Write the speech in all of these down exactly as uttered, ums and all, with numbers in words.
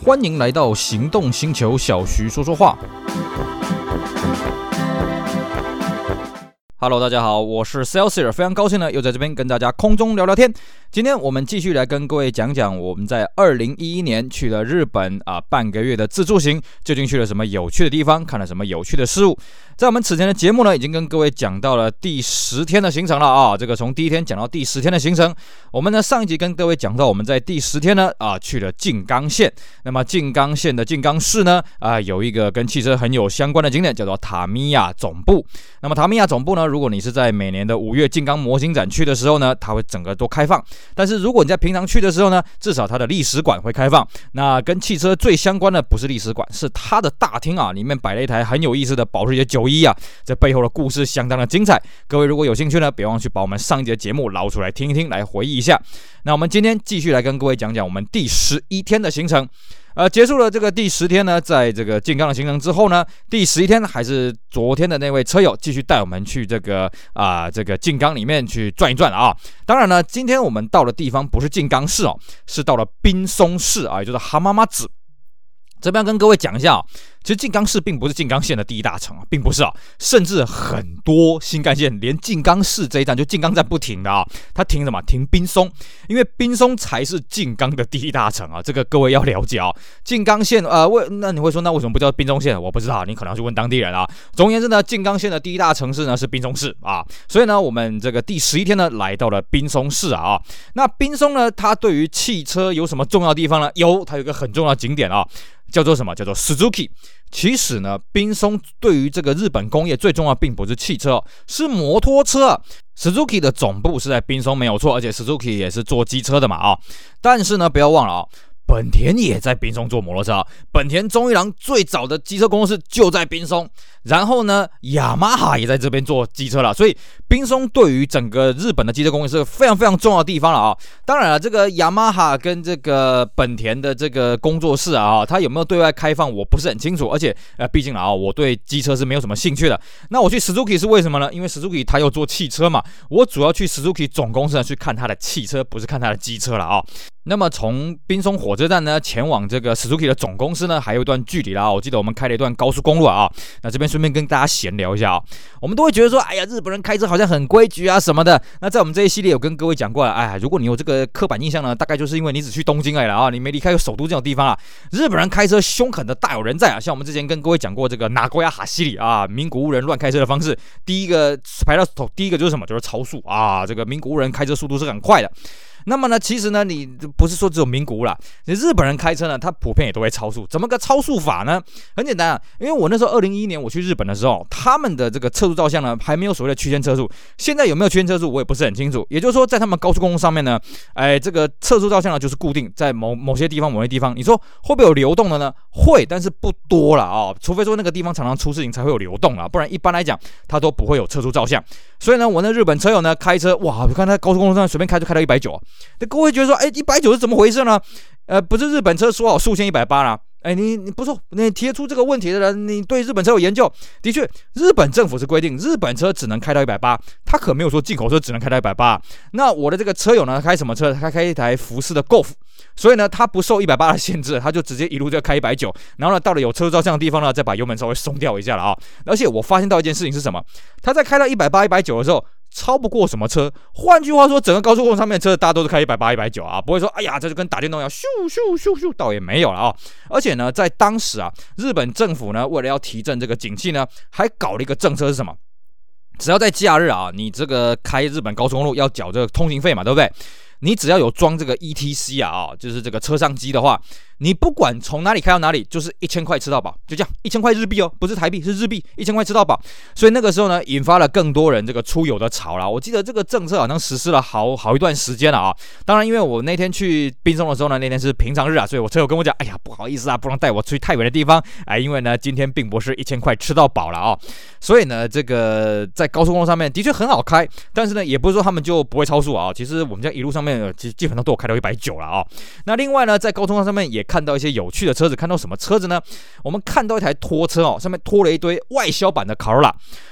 欢迎来到行动星球，小徐说说话。Hello， 大家好，我是 Celsius， 非常高兴呢，又在这边跟大家空中聊聊天。今天我们继续来跟各位讲讲我们在二零一一年去了日本啊、呃、半个月的自助行，究竟去了什么有趣的地方，看了什么有趣的事物。在我们此前的节目呢，已经跟各位讲到了第十天的行程了啊，这个从第一天讲到第十天的行程。我们呢上一集跟各位讲到，我们在第十天呢啊去了静冈县。那么静冈县的静冈市呢啊有一个跟汽车很有相关的景点，叫做塔米亚总部。那么塔米亚总部呢，如果你是在每年的五月静冈模型展去的时候呢，它会整个都开放。但是如果你在平常去的时候呢，至少它的历史馆会开放。那跟汽车最相关的不是历史馆，是它的大厅啊，里面摆了一台很有意思的保时捷九一啊，这背后的故事相当的精彩。各位如果有兴趣呢，别忘去把我们上一集的节目捞出来听一听，来回忆一下。那我们今天继续来跟各位讲讲我们第十一天的行程。呃，结束了这个第十天呢，在这个静冈的行程之后呢，第十一天还是昨天的那位车友继续带我们去这个啊、呃、这个静冈里面去转一转啊。当然呢，今天我们到的地方不是静冈市哦，是到了滨松市啊，也就是浜松子。这边跟各位讲一下啊，其实静冈市并不是静冈县的第一大城啊，并不是啊，甚至很多新干线连静冈市这一站就静冈站不停的啊，它停什么？停滨松，因为滨松才是静冈的第一大城啊，这个各位要了解啊。静冈县呃，为那你会说那为什么不叫滨松县？我不知道，你可能要去问当地人啊。总而言之呢，静冈县的第一大城市呢是滨松市啊，所以呢，我们这个第十一天呢来到了滨松市啊。那滨松呢，它对于汽车有什么重要的地方呢？有，它有一个很重要的景点啊。叫做什么？叫做 Suzuki。其实呢，滨松对于这个日本工业最重要并不是汽车、哦，是摩托车、啊。Suzuki 的总部是在滨松没有错，而且 Suzuki 也是做机车的嘛啊、哦。但是呢，不要忘了啊、哦，本田也在滨松做摩托车、啊。本田中一郎最早的机车工作室就在滨松。然后呢，雅马哈也在这边做机车了，所以滨松对于整个日本的机车工业是非常非常重要的地方了啊。当然了，这个雅马哈跟这个本田的这个工作室啊，它有没有对外开放，我不是很清楚。而且呃，毕竟啊，我对机车是没有什么兴趣的。那我去 Suzuki 是为什么呢？因为 Suzuki 它又做汽车嘛，我主要去 Suzuki 总公司呢去看它的汽车，不是看它的机车了啊。那么从滨松火车站呢前往这个 Suzuki 的总公司呢，还有一段距离啦。我记得我们开了一段高速公路啊。那这边顺便跟大家闲聊一下啊、哦，我们都会觉得说，哎呀，日本人开车好像很规矩啊什么的。那在我们这一系列有跟各位讲过了，哎，如果你有这个刻板印象呢，大概就是因为你只去东京而已了啊，你没离开过首都这种地方啊。日本人开车凶狠的大有人在啊，像我们之前跟各位讲过这个名古屋哈西里啊，名古屋人乱开车的方式，第一个排到头，第一个就是什么？就是超速啊，这个名古屋人开车速度是很快的。那么呢，其实呢，你不是说只有名古屋啦，日本人开车呢，他普遍也都会超速。怎么个超速法呢？很简单啊，因为我那时候二零一一年我去日本的时候，他们的这个测速照相呢，还没有所谓的区间测速。现在有没有区间测速，我也不是很清楚。也就是说，在他们高速公路上面呢，哎，这个测速照相呢就是固定在某某些地方、某些地方。你说会不会有流动的呢？会，但是不多了啊、哦。除非说那个地方常常出事情才会有流动啊，不然一般来讲它都不会有测速照相。所以呢，我那日本车友呢开车，哇，我看他高速公路上随便开就开到一百九。那各位觉得说，哎，一百九是怎么回事呢？呃，不是日本车说好速限一百八啦。哎，你你不错，你提出这个问题的人，你对日本车有研究。的确，日本政府是规定日本车只能开到一百八，他可没有说进口车只能开到一百八。那我的这个车友呢，开什么车？他开一台福斯的 Golf， 所以呢，他不受一百八的限制，他就直接一路就开一百九，然后呢，到了有车照相的地方呢，再把油门稍微松掉一下了啊。而且我发现到一件事情是什么？他在开到一百八、一百九的时候，超不过什么车？换句话说，整个高速公路上面的车，大家都是开一百八、一百九啊，不会说，哎呀，这就跟打电动一样，咻咻咻咻，倒也没有了啊。而且呢，在当时啊，日本政府呢，为了要提振这个景气呢，还搞了一个政策是什么？只要在假日啊，你这个开日本高速公路要缴这个通行费嘛，对不对？你只要有装这个 E T C 啊，哦，就是这个车上机的话，你不管从哪里开到哪里，就是一千块吃到饱，就这样，一千块日币哦，不是台币，是日币，一千块吃到饱。所以那个时候呢，引发了更多人这个出游的潮啦。我记得这个政策好像实施了好好一段时间了啊。当然，因为我那天去滨松的时候呢，那天是平常日啊，所以我车友跟我讲，哎呀，不好意思啊，不能带我去太远的地方，哎，因为呢，今天并不是一千块吃到饱了啊。所以呢，这个在高速公路上面的确很好开，但是呢，也不是说他们就不会超速啊。其实我们家一路上面其实基本上都有开到一百九了啊。那另外呢，在高速公路上面也看到一些有趣的车子，看到什么车子呢？我们看到一台拖车哦，上面拖了一堆外销版的 Corolla。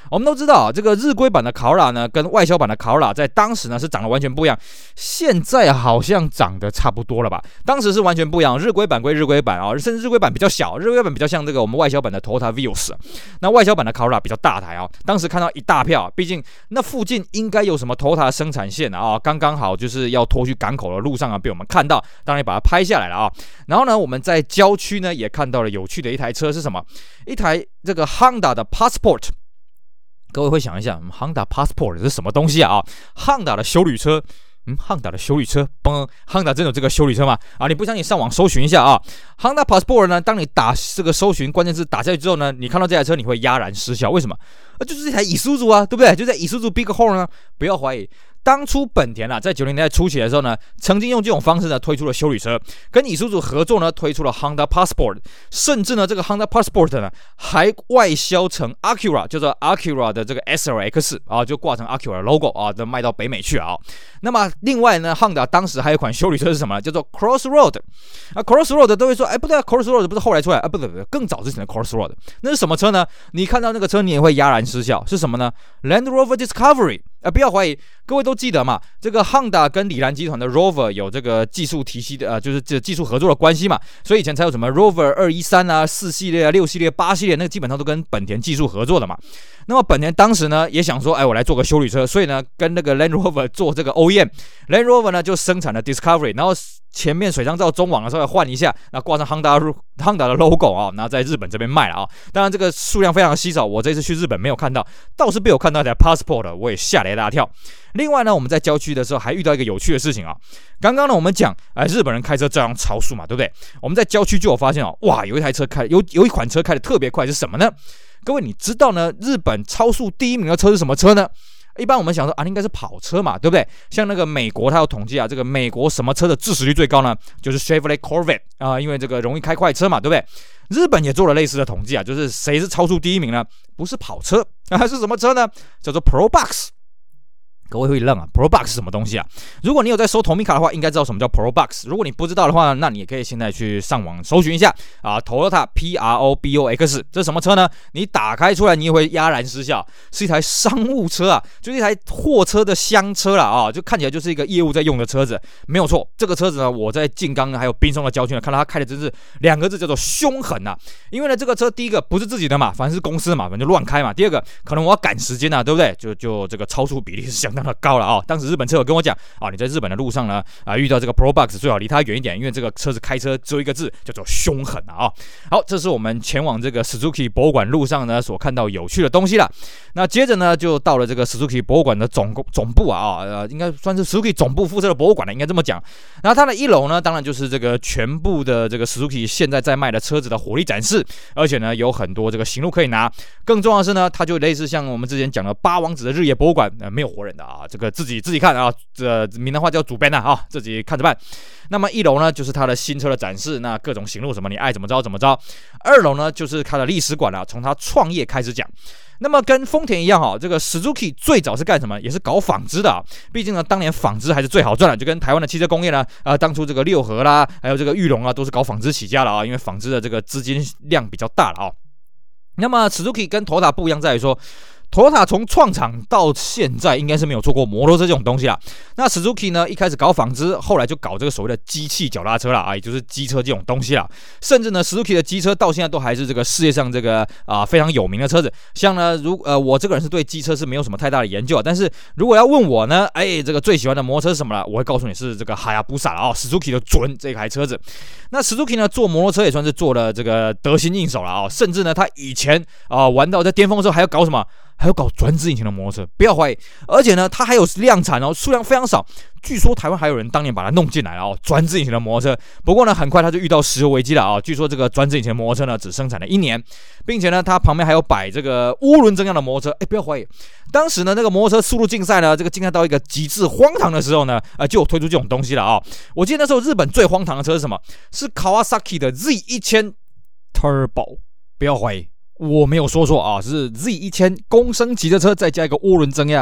我们都知道啊，这个日规版的 Corolla 呢，跟外销版的 Corolla 在当时呢是长得完全不一样，现在好像长得差不多了吧？当时是完全不一样，日规版归日规版啊，甚至日规版比较小，日规版比较像这个我们外销版的 Toyota Vios， 那外销版的 Corolla 比较大台啊。当时看到一大票，毕竟那附近应该有什么 Toyota 的生产线啊，刚刚好就是要拖去港口的路上啊，被我们看到，当然把它拍下来了啊。然后呢，我们在郊区呢也看到了有趣的一台车是什么？一台这个 Honda 的 Passport。各位会想一下 ，Honda Passport 是什么东西啊？Honda 的休旅车，嗯 ，Honda 的休旅车，嘣 ，Honda 真有这个休旅车吗？啊，你不相信上网搜寻一下啊。Honda Passport 呢，当你打这个搜寻关键字打下去之后呢，你看到这台车你会哑然失笑，为什么？啊，就是这台乙苏组啊，对不对？就在乙苏组 Bighorn 呢，不要怀疑。当初本田啊，在九零年代初期的时候呢，曾经用这种方式呢推出了休旅车，跟乙苏组合作呢推出了 Honda Passport， 甚至呢这个 Honda Passport 呢还外销成 Acura， 叫做 Acura 的这个 S L X 啊，就挂成 Acura logo 啊，都卖到北美去啊。那么另外呢 ，Honda 当时还有一款休旅车是什么呢？叫做 Crossroad 啊 ，Crossroad 都会说，哎，不对啊 ，Crossroad 不是后来出来啊？不对不对，更早之前的 Crossroad， 那是什么车呢？你看到那个车你也会哑然失笑，是什么呢 ？Land Rover Discovery。啊，不要怀疑，各位都记得嘛？这个 Honda 跟里兰集团的 Rover 有这个技术体系的，呃，就是这技术合作的关系嘛，所以以前才有什么 Rover 二一三啊、四系列啊、六系列、八系列，那个基本上都跟本田技术合作的嘛。那么本田当时呢也想说，哎，我来做个休旅车，所以呢跟那个 Land Rover 做这个 O E M，Land Rover 呢就生产了 Discovery， 然后前面水箱罩中网的时候要换一下，那挂上 Honda Honda 的 logo 啊，然后在日本这边卖了啊。当然这个数量非常稀少，我这次去日本没有看到，倒是被我看到一台 Passport， 我也吓了一大跳。另外呢，我们在郊区的时候还遇到一个有趣的事情啊。刚刚呢我们讲，哎，日本人开车照样超速嘛，对不对？我们在郊区就有发现哦，哇，有一台车开，有有一款车开得特别快，是什么呢？各位，你知道呢？日本超速第一名的车是什么车呢？一般我们想说啊，应该是跑车嘛，对不对？像那个美国，它有统计啊，这个美国什么车的致死率最高呢？就是 Chevrolet Corvette 啊、呃，因为这个容易开快车嘛，对不对？日本也做了类似的统计啊，就是谁是超速第一名呢？不是跑车啊，是什么车呢？叫做 Probox。各位会愣啊 ，Probox 是什么东西啊？如果你有在收 Tomica 的话，应该知道什么叫 Probox。如果你不知道的话，那你也可以现在去上网搜寻一下啊 ，Toyota P R O B O X， 这是什么车呢？你打开出来，你也会哑然失笑，是一台商务车啊，就是一台货车的厢车啦啊，就看起来就是一个业务在用的车子，没有错。这个车子呢，我在静冈还有滨松的郊区呢，看到它开的真是两个字叫做凶狠啊。因为呢，这个车第一个不是自己的嘛，反正是公司嘛，反正就乱开嘛。第二个，可能我要赶时间啊，对不对？就就这个超速比例是相当的高了啊！当时日本车友跟我讲啊，你在日本的路上呢啊遇到这个 Probox 最好离它远一点，因为这个车子开车只有一个字叫做凶狠啊！啊好，这是我们前往这个 Suzuki 博物馆路上呢所看到有趣的东西了。那接着呢就到了这个 Suzuki 博物馆的总总部啊啊呃应该算是 Suzuki 总部附设的博物馆了，应该这么讲。然后它的一楼呢，当然就是这个全部的这个 Suzuki 现在在卖的车子的火力展示，而且呢有很多这个行路可以拿。更重要的是呢，它就类似像我们之前讲的八王子的日野博物馆，呃没有活人的啊，这个自己自己看啊，这闽南话叫主编啊，啊自己看着办。那么一楼呢就是它的新车的展示，那各种行路什么你爱怎么着怎么着。二楼呢就是它的历史馆了，从它创业开始讲。那么跟丰田一样哈，这个 Suzuki 最早是干什么？也是搞纺织的啊。毕竟呢，当年纺织还是最好赚的，就跟台湾的汽车工业呢，呃，当初这个六合啦，还有这个裕隆啊，都是搞纺织起家的啊，因为纺织的这个资金量比较大了啊。那么 Suzuki 跟 Toyota 不一样在于说，Toyota 从创厂到现在应该是没有做过摩托车这种东西啦。那 Suzuki 呢，一开始搞纺织，后来就搞这个所谓的机器脚踏车啦，啊，也就是机车这种东西啦。甚至呢 ，Suzuki 的机车到现在都还是这个世界上这个啊、呃、非常有名的车子。像呢，如呃我这个人是对机车是没有什么太大的研究，但是如果要问我呢，哎，这个最喜欢的摩托车是什么了？我会告诉你是这个哈亚布萨了啊 ，Suzuki 的准这台车子。那 Suzuki 呢，做摩托车也算是做了这个得心应手了啊，甚至呢，他以前啊、呃、玩到在巅峰的时候还要搞什么？还有搞转子引擎的摩托车，不要怀疑。而且呢，它还有量产哦，数量非常少。据说台湾还有人当年把它弄进来了哦，转子引擎的摩托车。不过呢，很快它就遇到石油危机了啊、哦。据说这个转子引擎的摩托车呢，只生产了一年，并且呢，它旁边还有摆这个涡轮增压的摩托车。哎，不要怀疑，当时呢，那个摩托车速度竞赛呢，这个竞赛到一个极致荒唐的时候呢，呃，就有推出这种东西了啊、哦。我记得那时候日本最荒唐的车是什么？是 Kawasaki 的 Z 一千 Turbo。不要怀疑。我没有说错啊，是 Z 一千公升级的车，再加一个涡轮增压。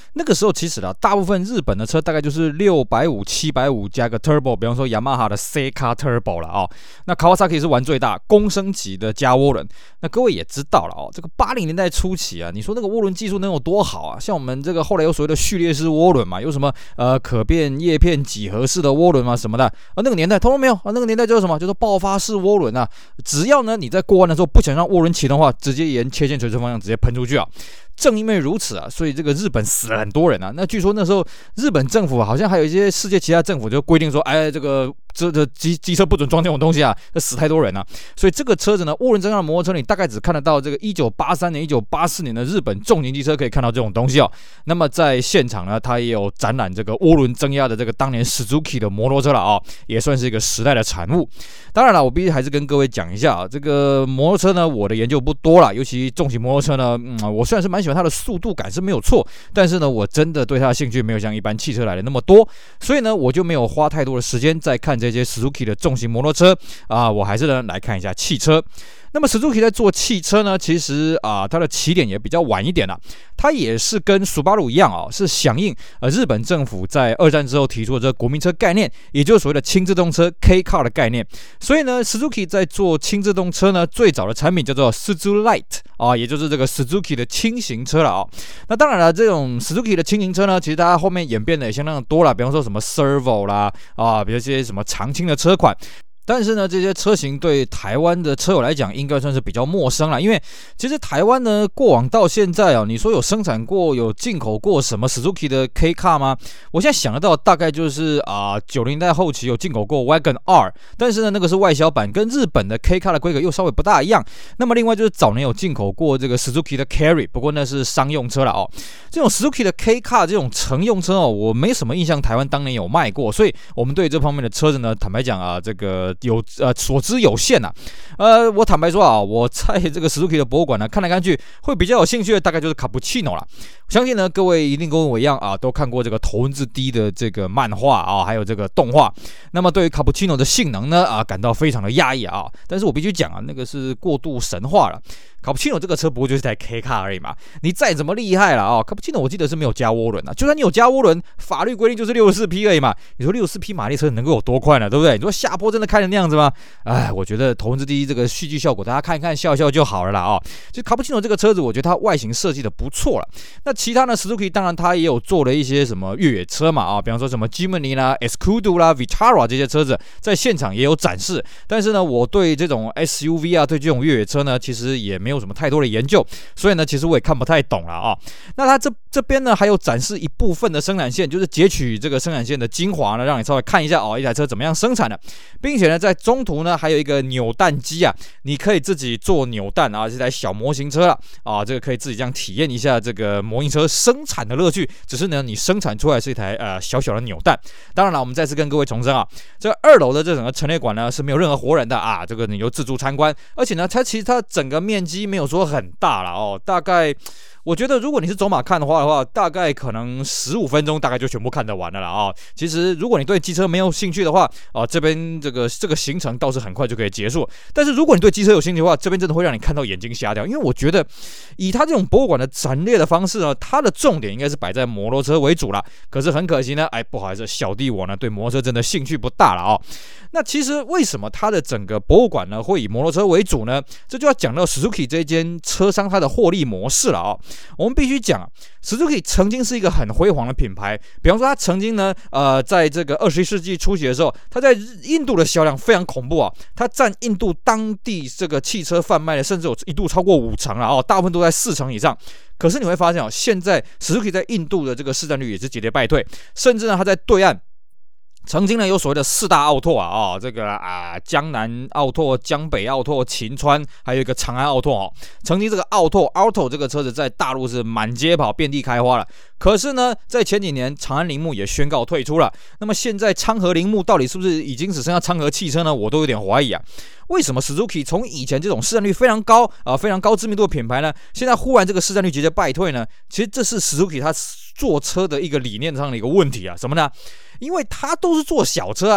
那个时候其实啊，大部分日本的车大概就是六百五、七百五加个 turbo， 比方说雅马哈的 C-Car Turbo 了啊、哦。那 Kawasaki 是玩最大公升级的加涡轮。那各位也知道了哦，这个八零年代初期啊，你说那个涡轮技术能有多好啊？像我们这个后来有所谓的序列式涡轮嘛，有什么呃可变叶片几何式的涡轮嘛什么的啊，那个年代通通没有啊，那个年代就是什么，就是爆发式涡轮啊。只要呢你在过弯的时候不想让涡轮启动的话，直接沿切线垂直方向直接喷出去啊。正因为如此啊，所以这个日本死了很多人啊。那据说那时候日本政府好像还有一些世界其他政府就规定说，哎，这个这这机机车不准装这种东西啊，死太多人啊。所以这个车子呢，涡轮增压的摩托车你大概只看得到这个一九八三年、一九八四年的日本重型机车可以看到这种东西哦。那么在现场呢，它也有展览这个涡轮增压的这个当年 Suzuki 的摩托车了啊、哦，也算是一个时代的产物。当然了，我必须还是跟各位讲一下啊，这个摩托车呢，我的研究不多了，尤其重型摩托车呢，嗯，我虽然是蛮喜欢它的速度感是没有错，但是呢，我真的对它的兴趣没有像一般汽车来的那么多，所以呢，我就没有花太多的时间在看这些 Suzuki 的重型摩托车啊，我还是呢来看一下汽车。那么 Suzuki 在做汽车呢，其实啊，它的起点也比较晚一点啦。它也是跟 Subaru 一样啊、哦，是响应呃日本政府在二战之后提出的这个国民车概念，也就是所谓的轻自动车 K-Car 的概念。所以呢 ，Suzuki 在做轻自动车呢，最早的产品叫做 Suzu Light 啊，也就是这个 Suzuki 的轻型车了啊、哦。那当然了，这种 Suzuki 的轻型车呢，其实它后面演变的也相当的多了，比方说什么 Servo 啦啊，比如这些什么长轻的车款。但是呢，这些车型对台湾的车友来讲，应该算是比较陌生了，因为其实台湾呢，过往到现在啊，你说有生产过、有进口过什么 Suzuki 的 K-Car 吗？我现在想得到，大概就是啊，九零年代后期有进口过 Wagon R， 但是呢，那个是外销版，跟日本的 K-Car 的规格又稍微不大一样。那么另外就是早年有进口过这个 Suzuki 的 Carry， 不过那是商用车了哦。这种 Suzuki 的 K-Car 这种乘用车哦，我没什么印象，台湾当年有卖过，所以我们对这方面的车子呢，坦白讲啊，这个。有呃所知有限呐、啊，呃，我坦白说啊，我在这个 Suzuki 的博物馆呢看来看去，会比较有兴趣的大概就是卡布奇诺啦。相信呢各位一定跟我一样啊，都看过这个头文字 D 的这个漫画啊，还有这个动画。那么对于卡布奇诺的性能呢啊，感到非常的压抑啊。但是我必须讲啊，那个是过度神话了。卡布奇诺这个车不过就是台 K-Car 而已嘛，你再怎么厉害了啊，卡布奇诺我记得是没有加涡轮啊，就算你有加涡轮，法律规定就是六十四匹而已嘛。你说六十四匹马力车能够有多快呢？对不对？你说下坡真的开成那样子吗？哎，我觉得头文字 D 这个戏剧效果，大家看一看笑笑就好了啦啊、哦。就卡布奇诺这个车子，我觉得它外形设计的不错了。那其他呢 ，Suzuki 当然它也有做了一些什么越野车嘛啊，比方说什么 Jimny 啦、Escudo 啦、Vitara 这些车子，在现场也有展示。但是呢，我对这种 S U V 啊，对这种越野车呢，其实也没有什么太多的研究，所以呢，其实我也看不太懂了啊、哦。那它这这边呢，还有展示一部分的生产线，就是截取这个生产线的精华呢，让你稍微看一下哦，一台车怎么样生产的，并且呢，在中途呢，还有一个扭蛋机啊，你可以自己做扭蛋啊，这台小模型车了啊，这个可以自己这样体验一下这个模型车生产的乐趣。只是呢，你生产出来是一台呃小小的扭蛋。当然了，我们再次跟各位重申啊，这个二楼的这整个陈列馆呢是没有任何活人的啊，这个你就自助参观。而且呢，它其实它整个面积没有说很大了哦，大概。我觉得如果你是走马看的话的话，大概可能十五分钟大概就全部看得完了啦啊、哦。其实如果你对机车没有兴趣的话，啊、呃、这边这个这个行程倒是很快就可以结束。但是如果你对机车有兴趣的话，这边真的会让你看到眼睛瞎掉，因为我觉得以它这种博物馆的陈列的方式呢，它的重点应该是摆在摩托车为主啦。可是很可惜呢，哎，不好意思，小弟我呢对摩托车真的兴趣不大了哦。那其实为什么它的整个博物馆呢会以摩托车为主呢？这就要讲到 Suzuki 这间车商它的获利模式了哦。我们必须讲啊 ，Suzuki 曾经是一个很辉煌的品牌。比方说，它曾经呢，呃，在这个二十一世纪初期的时候，它在印度的销量非常恐怖啊，它占印度当地这个汽车贩卖的，甚至有一度超过五成了哦，大部分都在四成以上。可是你会发现哦，现在 Suzuki 在印度的这个市占率也是节节败退，甚至呢，它在对岸。曾经呢有所谓的四大奥拓啊，哦，这个啊江南奥拓、江北奥拓、秦川，还有一个长安奥拓哦。曾经这个奥拓 Auto 这个车子在大陆是满街跑、遍地开花了。可是呢，在前几年长安铃木也宣告退出了。那么现在昌河铃木到底是不是已经只剩下昌河汽车呢？我都有点怀疑啊。为什么 Suzuki 从以前这种市占率非常高啊、呃、非常高知名度的品牌呢，现在忽然这个市占率节节败退呢？其实这是 Suzuki 它做车的一个理念上的一个问题啊。什么呢？因为它都是做小车啊，它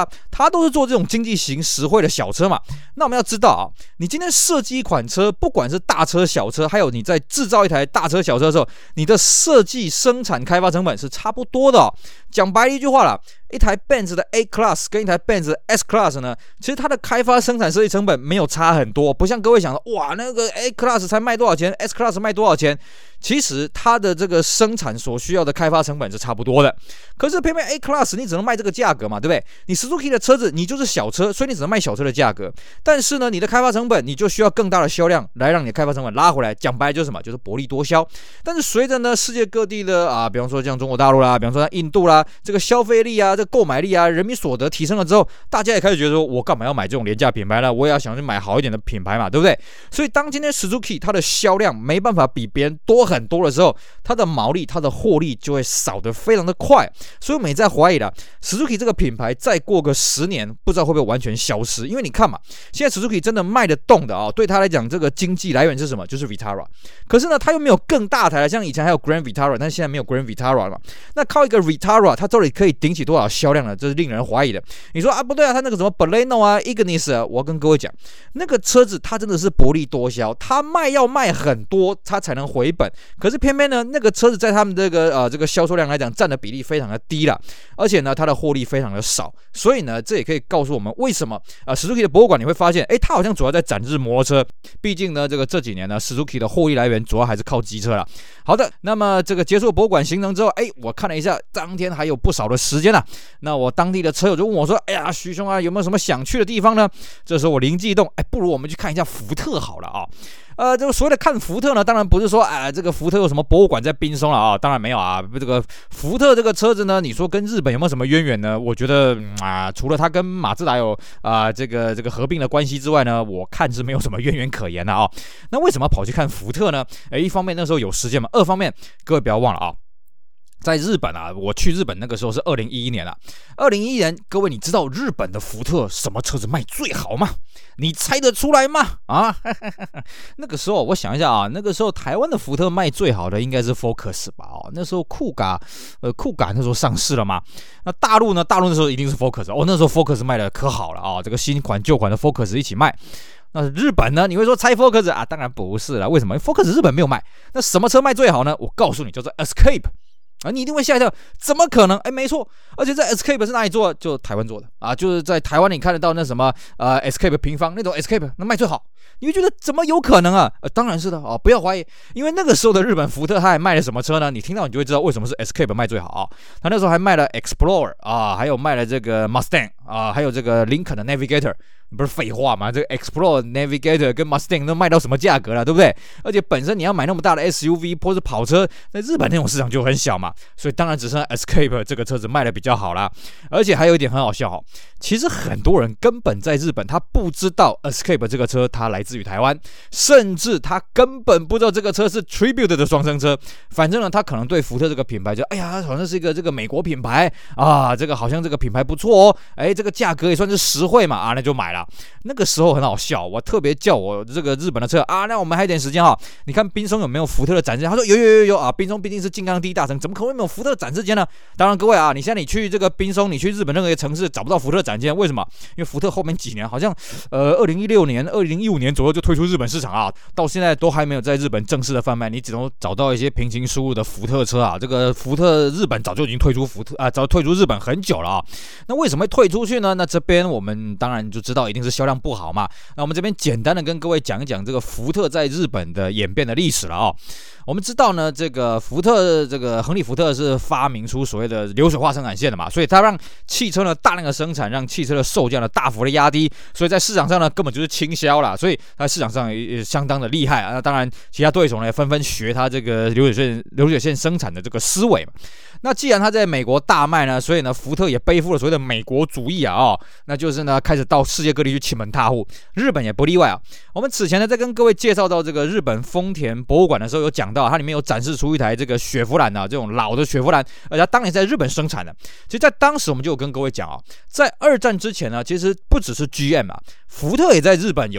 它都是做这种经济型实惠的小车嘛。那我们要知道啊，你今天设计一款车，不管是大车小车，还有你在制造一台大车小车的时候，你的设计生产开发成本是差不多的哦。讲白了一句话啦，一台 Benz 的 A Class 跟一台 Benz 的 S Class 呢，其实它的开发生产设计成本没有差很多，不像各位想的，哇，那个 A Class 才卖多少钱 ，S Class 卖多少钱？其实它的这个生产所需要的开发成本是差不多的，可是偏偏 A Class 你只能卖这个价格嘛，对不对？你 Suzuki 的车子你就是小车，所以你只能卖小车的价格，但是呢，你的开发成本你就需要更大的销量来让你的开发成本拉回来。讲白了就是什么？就是薄利多销。但是随着呢世界各地的啊，比方说像中国大陆啦，比方说像印度啦，这个消费力啊，这个购买力啊，人民所得提升了之后，大家也开始觉得说，我干嘛要买这种廉价品牌呢？我也要想去买好一点的品牌嘛，对不对？所以当今天 Suzuki 它的销量没办法比别人多很多的时候，它的毛利、它的获利就会少得非常的快。所以我们也在怀疑了 ，Suzuki 这个品牌再过个十年，不知道会不会完全消失？因为你看嘛，现在 Suzuki 真的卖得动的啊、哦，对他来讲，这个经济来源是什么？就是 Vitara。可是呢，他又没有更大台了，像以前还有 Grand Vitara， 但是现在没有 Grand Vitara 了嘛。那靠一个 Vitara， 它到底可以顶起多少销量呢？这是令人怀疑的。你说啊，不对啊，他那个什么 Baleno 啊 Ignis 啊，我要跟各位讲，那个车子它真的是薄利多销，它卖要卖很多，它才能回本。可是偏偏呢，那个车子在他们这个呃这个销售量来讲，占的比例非常的低了，而且呢，它的获利非常的少。所以呢，这也可以告诉我们为什么啊 Suzuki 的博物馆你会发现，哎，它好像主要在展示摩托车。毕竟呢，这个这几年呢 ，Suzuki 的获利来源主要还是靠机车啦。好的，那么这个结束博物馆行程之后，哎，我看了一下，当天还有不少的时间啊。那我当地的车友就问我说：“哎呀，徐兄啊，有没有什么想去的地方呢？”这时候我灵机一动，哎，不如我们去看一下福特好了啊。呃，这个所谓的看福特呢，当然不是说，哎、呃，这个福特有什么博物馆在滨松了啊，当然没有啊。这个福特这个车子呢，你说跟日本有没有什么渊源呢？我觉得啊、呃，除了它跟马自达有啊、呃、这个这个合并的关系之外呢，我看是没有什么渊源可言的啊。那为什么跑去看福特呢？哎，一方面那时候有时间嘛，二方面各位不要忘了啊。在日本啊，我去日本那个时候是二零一一年啊。二零一一年，各位你知道日本的福特什么车子卖最好吗？你猜得出来吗？啊，那个时候我想一下啊，那个时候台湾的福特卖最好的应该是 Focus 吧？哦，那时候酷咖，呃，酷咖那时候上市了嘛。那大陆呢？大陆那时候一定是 Focus 哦，那时候 Focus 卖的可好了啊、哦，这个新款旧款的 Focus 一起卖。那日本呢？你会说猜 Focus 啊？当然不是了。为什么 ？Focus 日本没有卖。那什么车卖最好呢？我告诉你，叫做 Escape。啊，你一定会吓一跳，怎么可能？哎，没错，而且在 Escape 是哪里做的？就台湾做的啊，就是在台湾你看得到那什么呃 Escape 平方那种 Escape 那卖最好，你会觉得怎么有可能啊？呃，当然是的啊，不要怀疑，因为那个时候的日本福特它还卖了什么车呢？你听到你就会知道为什么是 Escape 卖最好啊。它那时候还卖了 Explorer 啊，还有卖了这个 Mustang 啊，还有这个林肯的 Navigator。不是废话吗？这个 Explorer Navigator 跟 Mustang 都卖到什么价格了，对不对？而且本身你要买那么大的 S U V 或是跑车，在日本那种市场就很小嘛，所以当然只剩 Escape 这个车子卖的比较好啦。而且还有一点很好笑哦，其实很多人根本在日本他不知道 Escape 这个车它来自于台湾，甚至他根本不知道这个车是 Tribute 的双生车。反正呢，他可能对福特这个品牌就哎呀，好像是一个这个美国品牌啊，这个好像这个品牌不错哦，哎，这个价格也算是实惠嘛啊，那就买了。那个时候很好笑，我特别叫我这个日本的车啊，那我们还有点时间哈，你看滨松有没有福特的展示？他说有有有有啊，滨松毕竟是金刚第一大城，怎么可能没有福特的展示间呢？当然各位啊，你现在你去这个滨松，你去日本任何一个城市找不到福特的展间，为什么？因为福特后面几年好像呃二零一六年、二零一五年左右就退出日本市场啊，到现在都还没有在日本正式的贩卖，你只能找到一些平行输入的福特车啊。这个福特日本早就已经退出福特啊，早退出日本很久了啊。那为什么会退出去呢？那这边我们当然就知道一定是销量不好嘛。那我们这边简单的跟各位讲一讲这个福特在日本的演变的历史了啊、哦。我们知道呢，这个福特这个亨利福特是发明出所谓的流水化生产线的嘛，所以它让汽车呢大量的生产，让汽车的售价呢大幅的压低，所以在市场上呢根本就是倾销啦，所以它市场上也相当的厉害啊。那当然，其他对手呢也纷纷学它这个流水线流水线生产的这个思维嘛。那既然它在美国大卖呢，所以呢福特也背负了所谓的美国主义啊哦，那就是呢开始到世界各地去欺门踏户，日本也不例外啊。我们此前呢在跟各位介绍到这个日本丰田博物馆的时候有讲到，它里面有展示出一台这个雪佛兰啊，这种老的雪佛兰，而且它当年在日本生产的。其实，在当时我们就有跟各位讲啊，在二战之前呢，其实不只是 G M 啊，福特也在日本有生产线。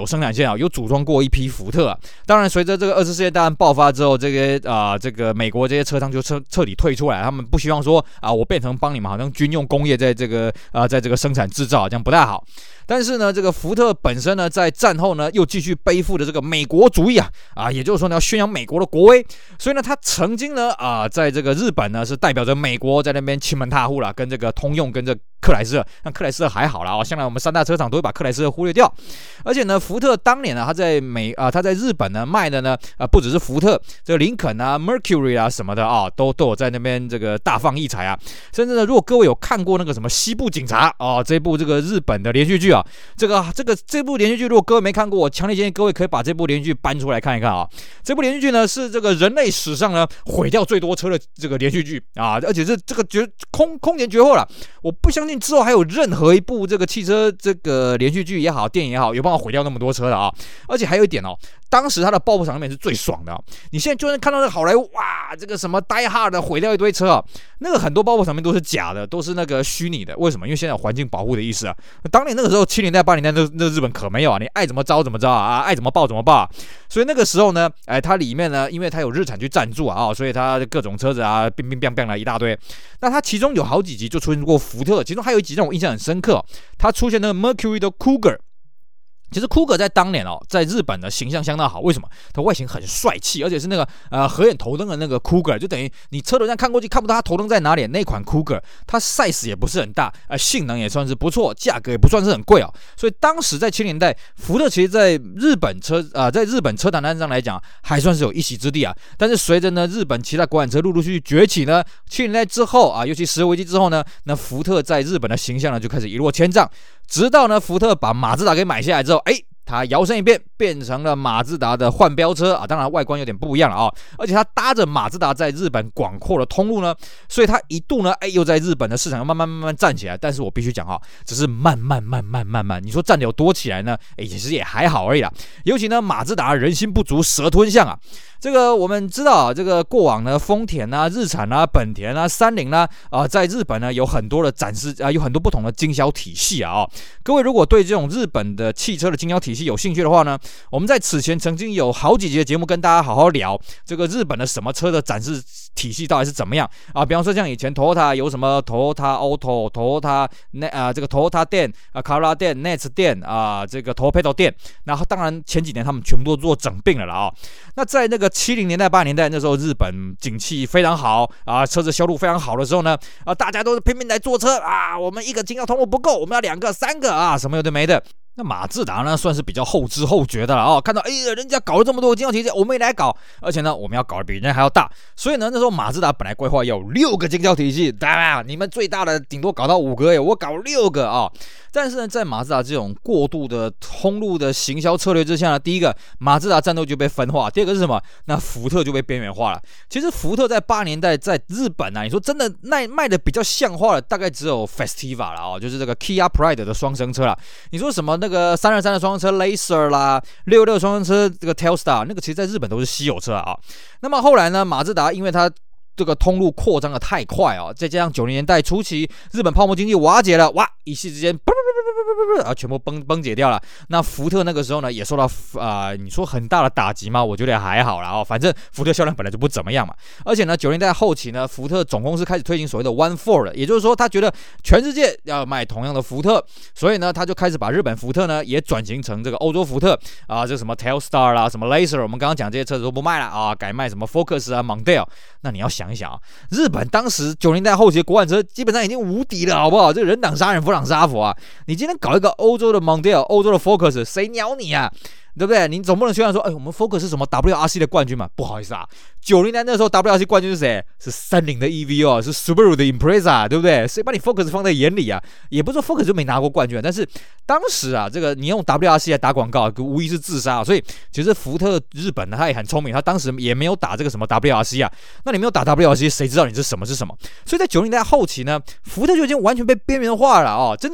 线啊有组装过一批福特啊。当然，随着这个二次世界大战爆发之后，这个啊、呃、这个美国这些车商就彻彻底退出来，他们不希望说啊我变成帮你们好像军用工业在这个啊、呃、在这个生产制造，这样不太好。但是呢，这个福特本身呢，在战后呢，又继续背负着这个美国主义啊，啊，也就是说呢，要宣扬美国的国威。所以呢，他曾经呢，啊，在这个日本呢，是代表着美国在那边亲门踏户啦，跟这个通用跟这克莱斯勒，那克莱斯勒还好啦，哦，向来我们三大车厂都会把克莱斯勒忽略掉。而且呢，福特当年呢，他在美啊，他在日本呢卖的呢，啊，不只是福特，这个林肯啊、Mercury 啊什么的啊，都都有在那边这个大放异彩啊。甚至呢，如果各位有看过那个什么西部警察啊，这部这个日本的连续剧啊，这个这个这部连续剧，如果各位没看过，我强烈建议各位可以把这部连续剧搬出来看一看啊。这部连续剧呢，是这个人类史上呢毁掉最多车的这个连续剧啊，而且是这个绝空空前绝后了。我不相信之后还有任何一部这个汽车这个连续剧也好，电影也好，有办法毁掉那么多车的啊。而且还有一点哦，当时他的爆破场面是最爽的、哦。你现在就算看到这个好莱坞，哇，这个什么 Die Hard 毁掉一堆车啊，那个很多爆破场面都是假的，都是那个虚拟的。为什么？因为现在有环境保护的意思啊。当年那个时候七零年代八零年代那那日本可没有啊，你爱怎么招怎么招啊，爱怎么爆怎么爆、啊。所以那个时候呢，哎，它里面呢，因为它有日产去赞助啊，哦、所以它各种车子啊，乒乒乓乓的一大堆。那它其中有好几集就出现过福特，其中还有一集让我印象很深刻、哦，它出现那个 Mercury 的 Cougar。其实酷哥在当年哦，在日本的形象相当好，为什么？它外形很帅气，而且是那个呃合眼头灯的那个酷哥，就等于你车头上看过去看不到它头灯在哪里。那款酷哥它 size 也不是很大，呃，性能也算是不错，价格也不算是很贵哦。所以当时在七零年代，福特其实在日本车啊、呃，在日本车坛上来讲，还算是有一席之地啊。但是随着呢日本其他国产车陆陆续续崛起呢，七零年代之后啊，尤其石油危机之后呢，那福特在日本的形象呢就开始一落千丈。直到呢，福特把马自达给买下来之后，哎，它摇身一变，变成了马自达的换标车啊，当然外观有点不一样了啊，而且它搭着马自达在日本广阔的通路呢，所以它一度呢，哎，又在日本的市场慢慢慢慢站起来。但是我必须讲哈，只是慢慢慢慢慢慢，你说站得有多起来呢？哎，其实也还好而已啦。尤其呢，马自达人心不足蛇吞象啊。这个我们知道啊，这个过往呢，丰田啊、日产啊、本田啊、三菱啊，啊，在日本呢有很多的展示啊，有很多不同的经销体系啊、哦。各位如果对这种日本的汽车的经销体系有兴趣的话呢，我们在此前曾经有好几集的节目跟大家好好聊这个日本的什么车的展示体系到底是怎么样啊。比方说像以前 Toyota 有什么 Toyota Auto、Toyota 啊这个 Toyota 店啊、Corolla 店、Nets 店啊、这个 Toyota 店，然后当然前几年他们全部都做整并了啦啊、哦。那在那个七零年代、八零年代那时候，日本景气非常好啊，车子销路非常好的时候呢，啊，大家都是拼命来做车啊，我们一个经销通路不够，我们要两个、三个啊，什么有的没的。那马自达呢，算是比较后知后觉的了哦，看到哎呀，人家搞了这么多经销体系，我们也来搞，而且呢，我们要搞得比人家还要大，所以呢，那时候马自达本来规划要有六个经销体系，当然你们最大的顶多搞到五个耶，我搞六个啊、哦。但是呢，在马自达这种过度的通路的行销策略之下呢，第一个马自达战斗就被分化，第二个是什么？那福特就被边缘化了。其实福特在八十年代在日本啊，你说真的卖卖的比较像话的，大概只有 Festiva 了哦，就是这个 Kia Pride 的双生车啦。你说什么那个三二三的双生车 Laser 啦，六六双生车这个 Telstar 那个其实在日本都是稀有车啊。那么后来呢，马自达因为它这个通路扩张的太快啊，再加上九零年代初期日本泡沫经济瓦解了，哇，一夕之间啊，全部崩崩解掉了。那福特那个时候呢，也受到啊、呃，你说很大的打击吗？我觉得还好啦哦，反正福特销量本来就不怎么样嘛。而且呢，九零年代后期呢，福特总公司开始推行所谓的 One Ford， 也就是说，他觉得全世界要卖同样的福特，所以呢，他就开始把日本福特呢也转型成这个欧洲福特啊，这什么 Telstar 啦，什么 Laser， 我们刚刚讲这些车子都不卖了啊，改卖什么 Focus 啊、Mondeo。那你要想一想啊，日本当时九零年代后期的国产车基本上已经无敌了，好不好？这个人挡杀人，佛挡杀佛啊！你今天搞一个欧洲的 Mondeo、欧洲的 Focus， 谁鸟你啊？对不对？你总不能宣传说，哎，我们 Focus 是什么 W R C 的冠军嘛？不好意思啊，九零年那时候 W R C 冠军是谁？是三菱的 E V 哦，是 Subaru 的 Impreza， 对不对？谁把你 Focus 放在眼里啊？也不是说 Focus 就没拿过冠军，但是当时啊，这个你用 W R C 来打广告，无疑是自杀、啊。所以其实福特日本呢，他也很聪明，他当时也没有打这个什么 W R C 啊。那你没有打 W R C， 谁知道你是什么是什么？所以在九零年代后期呢，福特就已经完全被边缘化了哦，真的。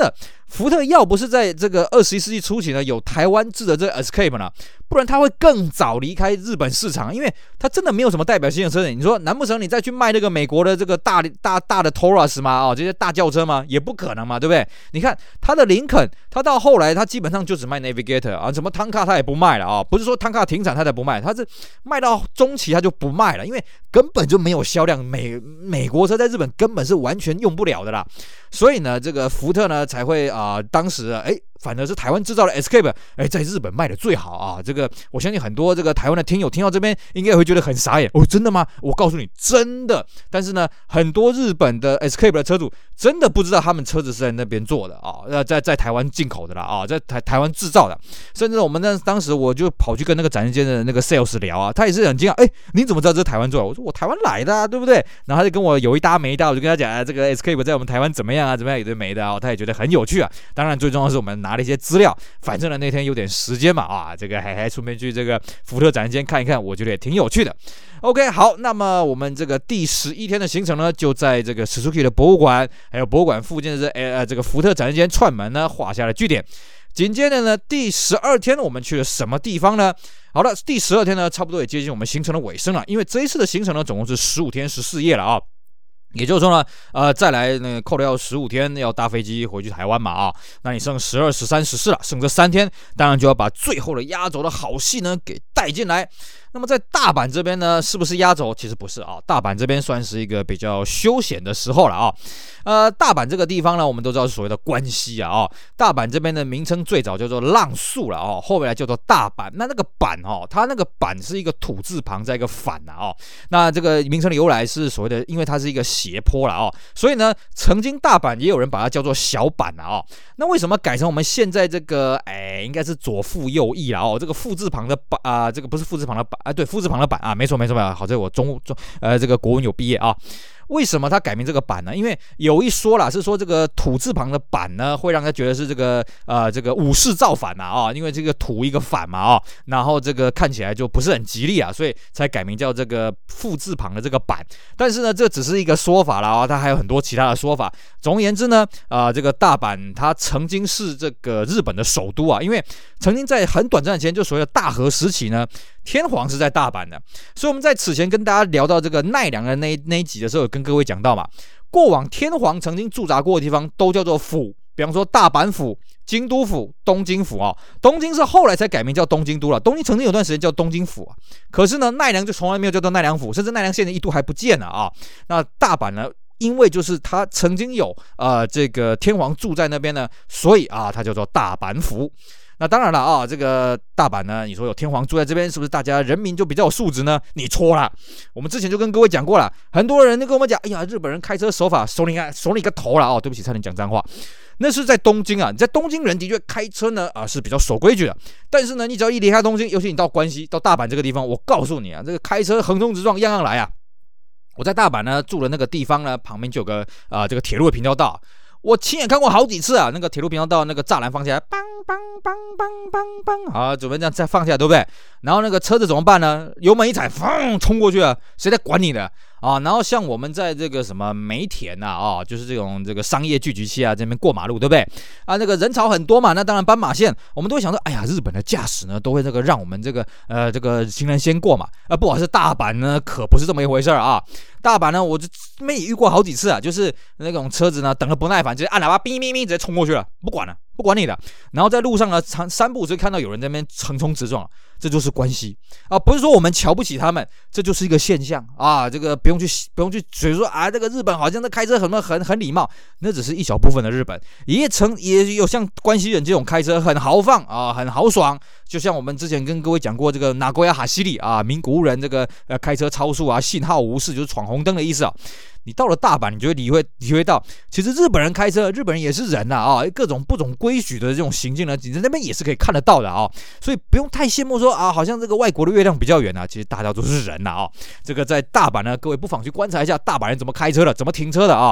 福特要不是在这个二十一世纪初期呢有台湾制的这个 Escape 呢，不然他会更早离开日本市场，因为他真的没有什么代表性的车型。你说难不成你再去卖那个美国的这个大大大的 Taurus 吗？哦，这些大轿车吗？也不可能嘛，对不对？你看他的林肯，他到后来他基本上就只卖 Navigator 啊，什么汤卡他也不卖了啊，不是说汤卡停产他才不卖，他是卖到中期他就不卖了，因为根本就没有销量，美美国车在日本根本是完全用不了的啦。所以呢，这个福特呢才会啊、呃，当时哎。反而是台湾制造的 Escape， 哎，在日本卖的最好啊！这个我相信很多这个台湾的听友听到这边，应该会觉得很傻眼哦，真的吗？我告诉你，真的。但是呢，很多日本的 Escape 的车主真的不知道他们车子是在那边做的啊，呃，在在台湾进口的啦啊，在台台湾制造的。甚至我们那当时我就跑去跟那个展示间的那个 sales 聊啊，他也是很惊讶，哎，你怎么知道这是台湾做的？我说我台湾来的啊，对不对？然后他就跟我有一搭没一搭，我就跟他讲啊，这个 Escape 在我们台湾怎么样啊，怎么样有的没的啊，他也觉得很有趣啊。当然最重要的是我们拿了一些资料，反正呢那天有点时间嘛啊，这个还还顺便去这个福特展示间看一看，我觉得也挺有趣的。OK， 好，那么我们这个第十一天的行程呢，就在这个 Suzuki 的博物馆，还有博物馆附近的这呃这个福特展示间串门呢画下了句点。紧接着呢，第十二天我们去了什么地方呢？好了，第十二天呢，差不多也接近我们行程的尾声了，因为这一次的行程呢，总共是十五天十四夜了啊。也就是说呢，呃，再来那个扣掉十五天要搭飞机回去台湾嘛啊，那你剩十二、十三、十四了，剩这三天，当然就要把最后的压轴的好戏呢给带进来。那么在大阪这边呢，是不是压轴？其实不是啊，大阪这边算是一个比较休闲的时候了啊。呃，大阪这个地方呢，我们都知道是所谓的关西啊，哦，大阪这边的名称最早叫做浪速了哦，后来叫做大阪。那那个阪哦，它那个阪是一个土字旁再一个反啊哦，那这个名称的由来是所谓的，因为它是一个斜坡了哦，所以呢，曾经大阪也有人把它叫做小阪啊哦。那为什么改成我们现在这个哎，应该是左腹右翼了哦，这个腹字旁的阪啊，呃，这个不是腹字旁的阪啊，对，腹字旁的阪啊，没错没错没错，好，这我中中呃这个国文有毕业啊。为什么他改名这个版呢？因为有一说啦，是说这个土字旁的版呢，会让他觉得是这个呃这个武士造反呐啊，因为这个土一个反嘛啊，然后这个看起来就不是很吉利啊，所以才改名叫这个富字旁的这个版。但是呢，这只是一个说法啦啊，它还有很多其他的说法。总而言之呢，啊、呃、这个大阪它曾经是这个日本的首都啊，因为曾经在很短暂的时间，就所谓的大和时期呢。天皇是在大阪的，所以我们在此前跟大家聊到这个奈良的那那一集的时候，有跟各位讲到嘛，过往天皇曾经驻扎过的地方都叫做府，比方说大阪府、京都府、东京府啊，东京是后来才改名叫东京都了，东京曾经有段时间叫东京府啊，可是呢，奈良就从来没有叫做奈良府，甚至奈良县的一度还不见了啊。那大阪呢？因为就是他曾经有呃这个天皇住在那边呢，所以啊，它叫做大阪府。那当然了啊，这个大阪呢，你说有天皇住在这边，是不是大家人民就比较有素质呢？你错了。我们之前就跟各位讲过了，很多人就跟我们讲，哎呀，日本人开车手法手你个手你个头了哦，对不起，差点讲脏话。那是在东京啊，你在东京人的确开车呢啊是比较守规矩的，但是呢，你只要一离开东京，尤其你到关西、到大阪这个地方，我告诉你啊，这个开车横冲直撞，样样来啊。我在大阪呢住的那个地方呢，旁边就有个啊、呃、这个铁路的平交道。我亲眼看过好几次啊，那个铁路平交道那个栅栏放下来，梆梆梆梆梆梆，好，准备这样再放下来，对不对？然后那个车子怎么办呢？油门一踩，砰，冲过去了，谁在管你的啊？然后像我们在这个什么梅田呐，啊，就是这种这个商业聚集区啊，这边过马路，对不对？啊，那个人潮很多嘛，那当然斑马线，我们都会想说，哎呀，日本的驾驶呢，都会这个让我们这个呃这个行人先过嘛，啊，不好意思，大阪呢可不是这么一回事啊。大阪呢，我就没遇过好几次啊，就是那种车子呢等得不耐烦，直接按喇叭，哔哔哔，直接冲过去了，不管了。不管你的，然后在路上呢，三步就看到有人在那边横冲直撞，这就是关系啊！不是说我们瞧不起他们，这就是一个现象啊！这个不用去不用去嘴说啊，这个日本好像在开车很很很礼貌，那只是一小部分的日本，也曾也有像关西人这种开车很豪放啊，很豪爽。就像我们之前跟各位讲过，这个名古屋哈西里啊，名古屋人这个呃开车超速啊，信号无视就是闯红灯的意思啊。你到了大阪，你就会体会体会到，其实日本人开车，日本人也是人呐啊，各种不懂规矩的这种行径呢，你在那边也是可以看得到的啊，所以不用太羡慕说啊，好像这个外国的月亮比较圆啊，其实大家都是人呐啊。这个在大阪呢，各位不妨去观察一下大阪人怎么开车的，怎么停车的啊。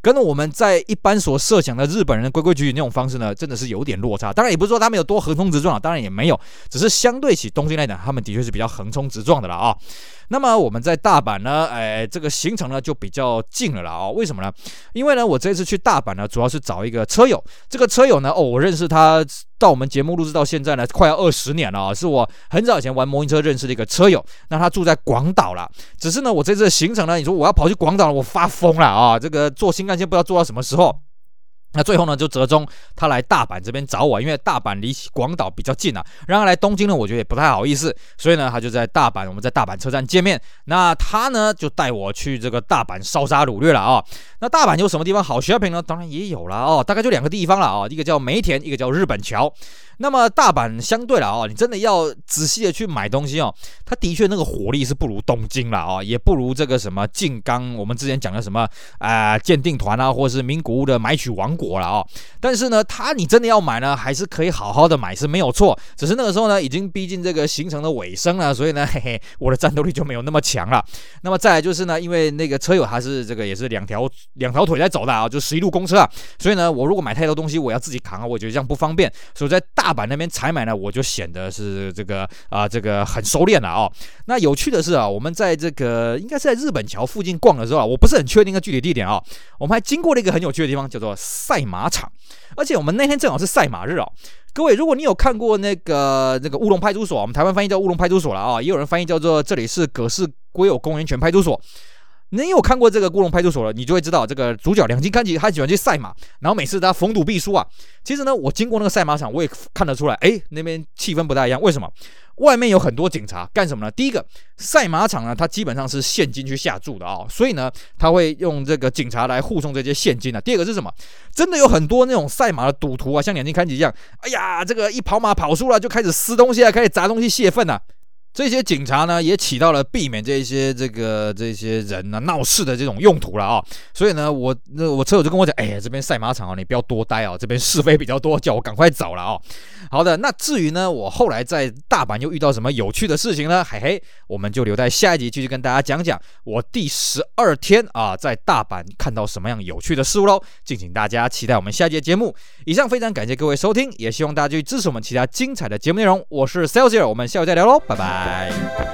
跟我们在一般所设想的日本人的规规矩矩那种方式呢，真的是有点落差。当然也不是说他们有多横冲直撞，当然也没有，只是相对起东京来讲，他们的确是比较横冲直撞的啦啊、哦。那么我们在大阪呢，哎，这个行程呢就比较近了啦哦。为什么呢？因为呢，我这次去大阪呢，主要是找一个车友。这个车友呢，哦，我认识他到我们节目录制到现在呢，快要二十年了啊、哦，是我很早以前玩模型车认识的一个车友。那他住在广岛啦，只是呢，我这次的行程呢，你说我要跑去广岛，我发疯了啊、哦！这个坐新干线不知道坐到什么时候。那最后呢，就折中他来大阪这边找我，因为大阪离广岛比较近啊。让他来东京呢，我觉得也不太好意思，所以呢，他就在大阪，我们在大阪车站见面。那他呢，就带我去这个大阪烧杀掳掠了啊、哦。那大阪有什么地方好 shopping 呢？当然也有啦哦，大概就两个地方了啊、哦，一个叫梅田，一个叫日本桥。那么大阪相对了哦，你真的要仔细的去买东西哦，它的确那个火力是不如东京啦哦，也不如这个什么静冈，我们之前讲的什么啊、呃、鉴定团啊，或者是名古屋的买取王国啦哦。但是呢，它你真的要买呢，还是可以好好的买是没有错。只是那个时候呢，已经逼近这个行程的尾声了，所以呢，嘿嘿，我的战斗力就没有那么强了。那么再来就是呢，因为那个车友他是这个也是两条两条腿在走的啊，就十一路公车啊，所以呢，我如果买太多东西，我要自己扛啊，我觉得这样不方便，所以在大阪那边采买呢，我就显得是这个啊、呃，这个很收敛了哦。那有趣的是啊，我们在这个应该是在日本桥附近逛的时候啊，我不是很确定个具体地点啊、哦，我们还经过了一个很有趣的地方，叫做赛马场，而且我们那天正好是赛马日哦。各位，如果你有看过那个那个乌龙派出所，我们台湾翻译叫乌龙派出所了啊、哦，也有人翻译叫做这里是葛饰归有公园犬派出所。你有看过这个乌龙派出所了，你就会知道这个主角两金勘吉他喜欢去赛马，然后每次他逢赌必输啊。其实呢，我经过那个赛马场，我也看得出来，哎，那边气氛不太一样。为什么？外面有很多警察干什么呢？第一个，赛马场呢，它基本上是现金去下注的啊、哦，所以呢，他会用这个警察来护送这些现金啊。第二个是什么？真的有很多那种赛马的赌徒啊，像两金勘吉一样，哎呀，这个一跑马跑输了就开始撕东西啊，开始砸东西泄愤啊。这些警察呢，也起到了避免这些这个这些人呢闹事的这种用途了啊、哦。所以呢，我那我车友就跟我讲，哎呀，这边赛马场哦，你不要多待哦，这边是非比较多，叫我赶快走了哦。好的，那至于呢，我后来在大阪又遇到什么有趣的事情呢？嘿嘿，我们就留在下一集继续跟大家讲讲我第十二天啊，在大阪看到什么样有趣的事物喽。敬请大家期待我们下一集的节目。以上非常感谢各位收听，也希望大家继续支持我们其他精彩的节目内容。我是 Celsius， 我们下回再聊喽，拜拜。